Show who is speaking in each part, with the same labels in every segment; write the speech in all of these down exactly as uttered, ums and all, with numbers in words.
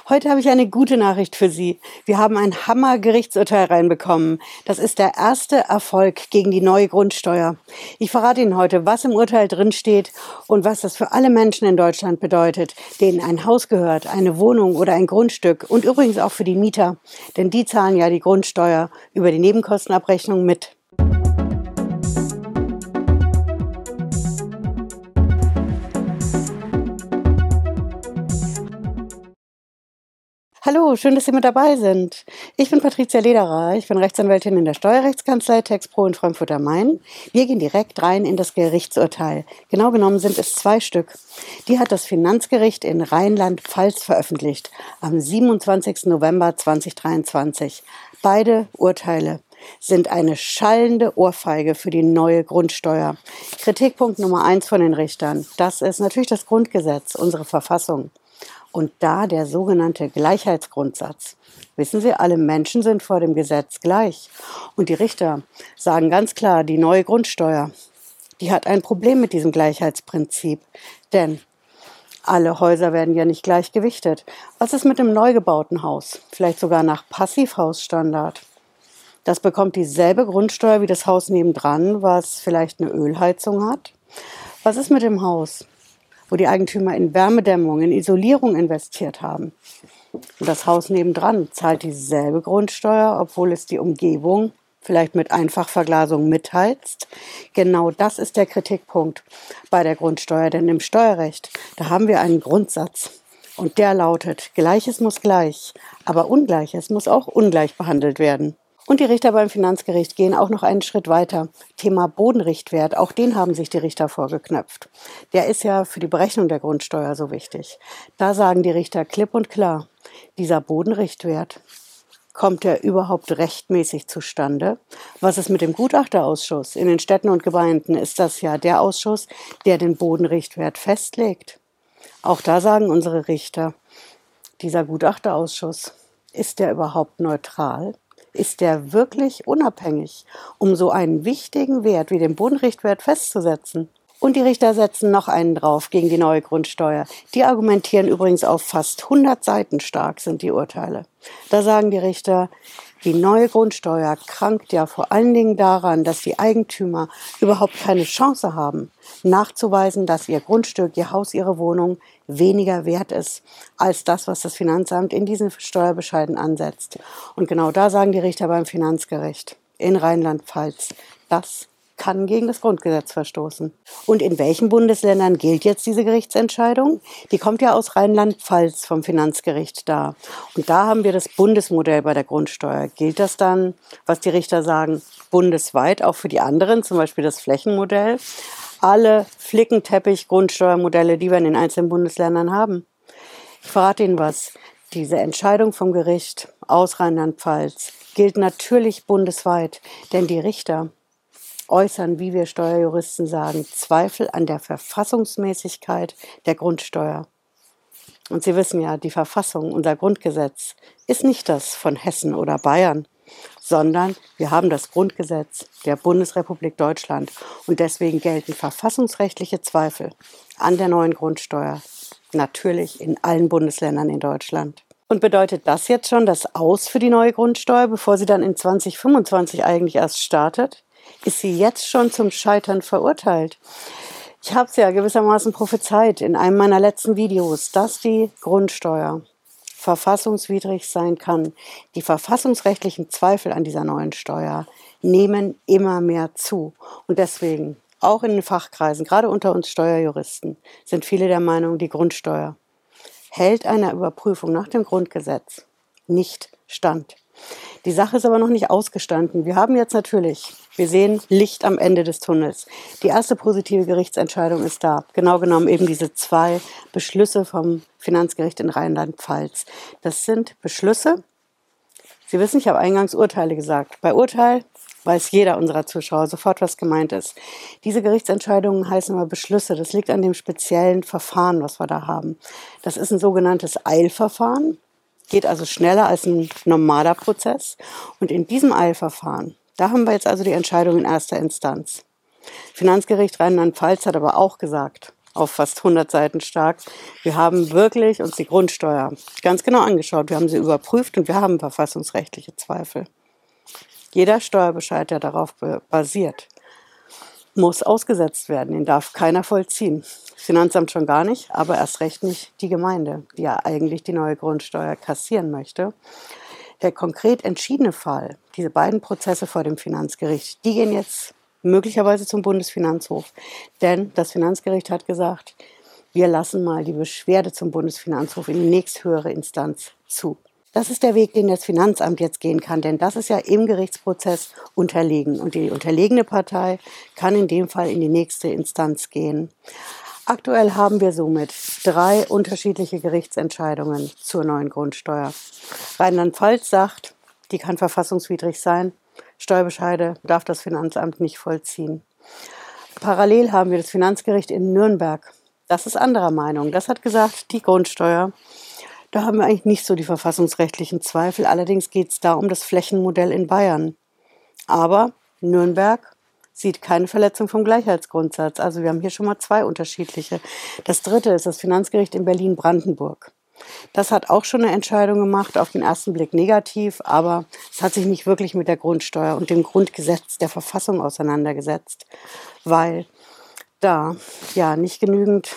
Speaker 1: Heute habe ich eine gute Nachricht für Sie. Wir haben ein Hammer-Gerichtsurteil reinbekommen. Das ist der erste Erfolg gegen die neue Grundsteuer. Ich verrate Ihnen heute, was im Urteil drinsteht und was das für alle Menschen in Deutschland bedeutet, denen ein Haus gehört, eine Wohnung oder ein Grundstück und übrigens auch für die Mieter. Denn die zahlen ja die Grundsteuer über die Nebenkostenabrechnung mit. Hallo, schön, dass Sie mit dabei sind. Ich bin Patricia Lederer, ich bin Rechtsanwältin in der Steuerrechtskanzlei TaxPro in Frankfurt am Main. Wir gehen direkt rein in das Gerichtsurteil. Genau genommen sind es zwei Stück. Die hat das Finanzgericht in Rheinland-Pfalz veröffentlicht am siebenundzwanzigsten November zweitausenddreiundzwanzig. Beide Urteile sind eine schallende Ohrfeige für die neue Grundsteuer. Kritikpunkt Nummer eins von den Richtern, das ist natürlich das Grundgesetz, unsere Verfassung. Und da der sogenannte Gleichheitsgrundsatz. Wissen Sie, alle Menschen sind vor dem Gesetz gleich. Und die Richter sagen ganz klar, die neue Grundsteuer, die hat ein Problem mit diesem Gleichheitsprinzip. Denn alle Häuser werden ja nicht gleich gewichtet. Was ist mit dem neu gebauten Haus? Vielleicht sogar nach Passivhausstandard. Das bekommt dieselbe Grundsteuer wie das Haus nebendran, was vielleicht eine Ölheizung hat. Was ist mit dem Haus, wo die Eigentümer in Wärmedämmung, in Isolierung investiert haben? Und das Haus nebendran zahlt dieselbe Grundsteuer, obwohl es die Umgebung vielleicht mit Einfachverglasung mitheizt. Genau das ist der Kritikpunkt bei der Grundsteuer, denn im Steuerrecht, da haben wir einen Grundsatz. Und der lautet, Gleiches muss gleich, aber Ungleiches muss auch ungleich behandelt werden. Und die Richter beim Finanzgericht gehen auch noch einen Schritt weiter. Thema Bodenrichtwert, auch den haben sich die Richter vorgeknöpft. Der ist ja für die Berechnung der Grundsteuer so wichtig. Da sagen die Richter klipp und klar, dieser Bodenrichtwert, kommt er überhaupt rechtmäßig zustande? Was ist mit dem Gutachterausschuss? In den Städten und Gemeinden ist das ja der Ausschuss, der den Bodenrichtwert festlegt. Auch da sagen unsere Richter, dieser Gutachterausschuss, ist der überhaupt neutral? Ist der wirklich unabhängig, um so einen wichtigen Wert wie den Bodenrichtwert festzusetzen? Und die Richter setzen noch einen drauf gegen die neue Grundsteuer. Die argumentieren übrigens auf fast hundert Seiten stark, sind die Urteile. Da sagen die Richter, die neue Grundsteuer krankt ja vor allen Dingen daran, dass die Eigentümer überhaupt keine Chance haben, nachzuweisen, dass ihr Grundstück, ihr Haus, ihre Wohnung weniger wert ist als das, was das Finanzamt in diesen Steuerbescheiden ansetzt. Und genau da sagen die Richter beim Finanzgericht in Rheinland-Pfalz, das kann gegen das Grundgesetz verstoßen. Und in welchen Bundesländern gilt jetzt diese Gerichtsentscheidung? Die kommt ja aus Rheinland-Pfalz vom Finanzgericht da. Und da haben wir das Bundesmodell bei der Grundsteuer. Gilt das dann, was die Richter sagen, bundesweit, auch für die anderen, zum Beispiel das Flächenmodell? Alle Flickenteppich-Grundsteuermodelle, die wir in den einzelnen Bundesländern haben. Ich verrate Ihnen was. Diese Entscheidung vom Gericht aus Rheinland-Pfalz gilt natürlich bundesweit, denn die Richter äußern, wie wir Steuerjuristen sagen, Zweifel an der Verfassungsmäßigkeit der Grundsteuer. Und Sie wissen ja, die Verfassung, unser Grundgesetz, ist nicht das von Hessen oder Bayern, sondern wir haben das Grundgesetz der Bundesrepublik Deutschland. Und deswegen gelten verfassungsrechtliche Zweifel an der neuen Grundsteuer natürlich in allen Bundesländern in Deutschland. Und bedeutet das jetzt schon das Aus für die neue Grundsteuer, bevor sie dann in zwanzig fünfundzwanzig eigentlich erst startet? Ist sie jetzt schon zum Scheitern verurteilt? Ich habe es ja gewissermaßen prophezeit in einem meiner letzten Videos, dass die Grundsteuer verfassungswidrig sein kann. Die verfassungsrechtlichen Zweifel an dieser neuen Steuer nehmen immer mehr zu. Und deswegen, auch in den Fachkreisen, gerade unter uns Steuerjuristen, sind viele der Meinung, die Grundsteuer hält einer Überprüfung nach dem Grundgesetz nicht stand. Die Sache ist aber noch nicht ausgestanden. Wir haben jetzt natürlich, wir sehen Licht am Ende des Tunnels. Die erste positive Gerichtsentscheidung ist da. Genau genommen eben diese zwei Beschlüsse vom Finanzgericht in Rheinland-Pfalz. Das sind Beschlüsse. Sie wissen, ich habe eingangs Urteile gesagt. Bei Urteil weiß jeder unserer Zuschauer sofort, was gemeint ist. Diese Gerichtsentscheidungen heißen aber Beschlüsse. Das liegt an dem speziellen Verfahren, was wir da haben. Das ist ein sogenanntes Eilverfahren. Geht also schneller als ein normaler Prozess. Und in diesem Eilverfahren, da haben wir jetzt also die Entscheidung in erster Instanz. Finanzgericht Rheinland-Pfalz hat aber auch gesagt, auf fast hundert Seiten stark. Wir haben wirklich uns die Grundsteuer ganz genau angeschaut. Wir haben sie überprüft und wir haben verfassungsrechtliche Zweifel. Jeder Steuerbescheid, der darauf basiert, muss ausgesetzt werden. Den darf keiner vollziehen. Das Finanzamt schon gar nicht, aber erst recht nicht die Gemeinde, die ja eigentlich die neue Grundsteuer kassieren möchte. Der konkret entschiedene Fall, diese beiden Prozesse vor dem Finanzgericht, die gehen jetzt möglicherweise zum Bundesfinanzhof. Denn das Finanzgericht hat gesagt, wir lassen mal die Beschwerde zum Bundesfinanzhof in die nächsthöhere Instanz zu. Das ist der Weg, den das Finanzamt jetzt gehen kann, denn das ist ja im Gerichtsprozess unterlegen. Und die unterlegene Partei kann in dem Fall in die nächste Instanz gehen. Aktuell haben wir somit drei unterschiedliche Gerichtsentscheidungen zur neuen Grundsteuer. Rheinland-Pfalz sagt, die kann verfassungswidrig sein. Steuerbescheide darf das Finanzamt nicht vollziehen. Parallel haben wir das Finanzgericht in Nürnberg. Das ist anderer Meinung. Das hat gesagt, die Grundsteuer, da haben wir eigentlich nicht so die verfassungsrechtlichen Zweifel. Allerdings geht es da um das Flächenmodell in Bayern. Aber Nürnberg sieht keine Verletzung vom Gleichheitsgrundsatz. Also wir haben hier schon mal zwei unterschiedliche. Das dritte ist das Finanzgericht in Berlin-Brandenburg. Das hat auch schon eine Entscheidung gemacht, auf den ersten Blick negativ, aber es hat sich nicht wirklich mit der Grundsteuer und dem Grundgesetz der Verfassung auseinandergesetzt, weil da ja nicht genügend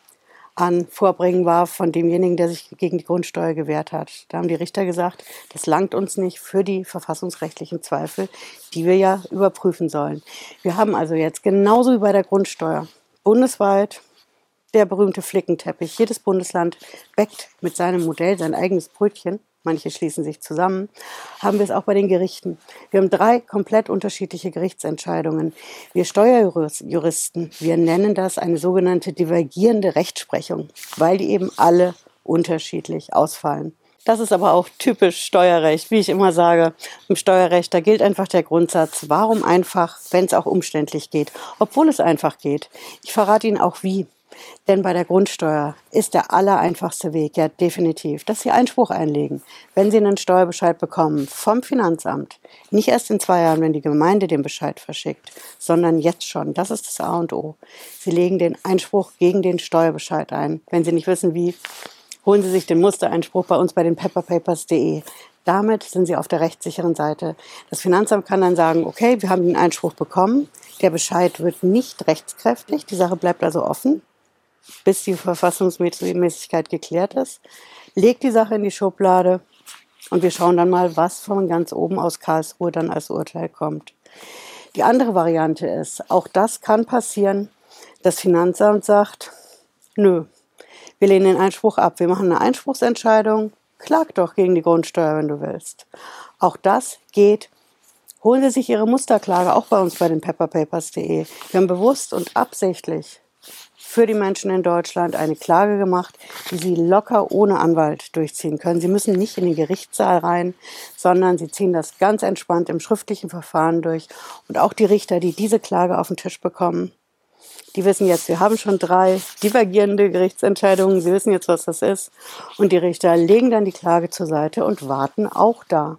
Speaker 1: an Vorbringen war von demjenigen, der sich gegen die Grundsteuer gewehrt hat. Da haben die Richter gesagt, das langt uns nicht für die verfassungsrechtlichen Zweifel, die wir ja überprüfen sollen. Wir haben also jetzt genauso wie bei der Grundsteuer bundesweit der berühmte Flickenteppich. Jedes Bundesland bäckt mit seinem Modell sein eigenes Brötchen. Manche schließen sich zusammen. Haben wir es auch bei den Gerichten. Wir haben drei komplett unterschiedliche Gerichtsentscheidungen. Wir Steuerjuristen, wir nennen das eine sogenannte divergierende Rechtsprechung, weil die eben alle unterschiedlich ausfallen. Das ist aber auch typisch Steuerrecht, wie ich immer sage. Im Steuerrecht, da gilt einfach der Grundsatz, warum einfach, wenn es auch umständlich geht, obwohl es einfach geht. Ich verrate Ihnen auch wie. Denn bei der Grundsteuer ist der allereinfachste Weg, ja definitiv, dass Sie Einspruch einlegen, wenn Sie einen Steuerbescheid bekommen vom Finanzamt. Nicht erst in zwei Jahren, wenn die Gemeinde den Bescheid verschickt, sondern jetzt schon. Das ist das A und O. Sie legen den Einspruch gegen den Steuerbescheid ein. Wenn Sie nicht wissen wie, holen Sie sich den Mustereinspruch bei uns bei den pepperpapers punkt de. Damit sind Sie auf der rechtssicheren Seite. Das Finanzamt kann dann sagen, okay, wir haben den Einspruch bekommen, der Bescheid wird nicht rechtskräftig, die Sache bleibt also offen, bis die Verfassungsmäßigkeit geklärt ist, legt die Sache in die Schublade und wir schauen dann mal, was von ganz oben aus Karlsruhe dann als Urteil kommt. Die andere Variante ist, auch das kann passieren, das Finanzamt sagt, nö, wir lehnen den Einspruch ab, wir machen eine Einspruchsentscheidung, klag doch gegen die Grundsteuer, wenn du willst. Auch das geht. Holen Sie sich Ihre Musterklage auch bei uns bei den pepperpapers punkt de. Wir haben bewusst und absichtlich für die Menschen in Deutschland eine Klage gemacht, die Sie locker ohne Anwalt durchziehen können. Sie müssen nicht in den Gerichtssaal rein, sondern Sie ziehen das ganz entspannt im schriftlichen Verfahren durch. Und auch die Richter, die diese Klage auf den Tisch bekommen, die wissen jetzt, wir haben schon drei divergierende Gerichtsentscheidungen. Sie wissen jetzt, was das ist. Und die Richter legen dann die Klage zur Seite und warten auch da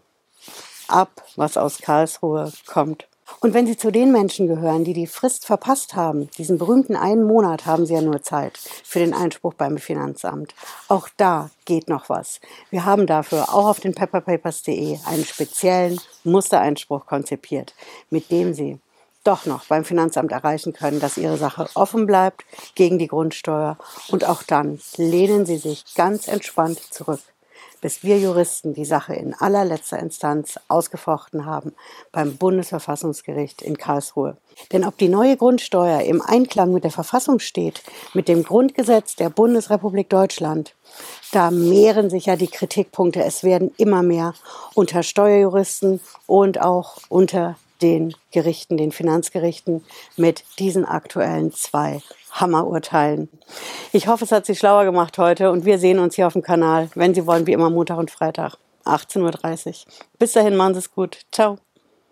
Speaker 1: ab, was aus Karlsruhe kommt. Und wenn Sie zu den Menschen gehören, die die Frist verpasst haben, diesen berühmten einen Monat haben Sie ja nur Zeit für den Einspruch beim Finanzamt. Auch da geht noch was. Wir haben dafür auch auf den pepperpapers punkt de einen speziellen Mustereinspruch konzipiert, mit dem Sie doch noch beim Finanzamt erreichen können, dass Ihre Sache offen bleibt gegen die Grundsteuer. Und auch dann lehnen Sie sich ganz entspannt zurück, bis wir Juristen die Sache in allerletzter Instanz ausgefochten haben beim Bundesverfassungsgericht in Karlsruhe. Denn ob die neue Grundsteuer im Einklang mit der Verfassung steht, mit dem Grundgesetz der Bundesrepublik Deutschland, da mehren sich ja die Kritikpunkte. Es werden immer mehr unter Steuerjuristen und auch unter den Gerichten, den Finanzgerichten mit diesen aktuellen zwei Hammerurteilen. Ich hoffe, es hat Sie schlauer gemacht heute und wir sehen uns hier auf dem Kanal, wenn Sie wollen, wie immer Montag und Freitag, achtzehn Uhr dreißig. Bis dahin, machen Sie es gut. Ciao.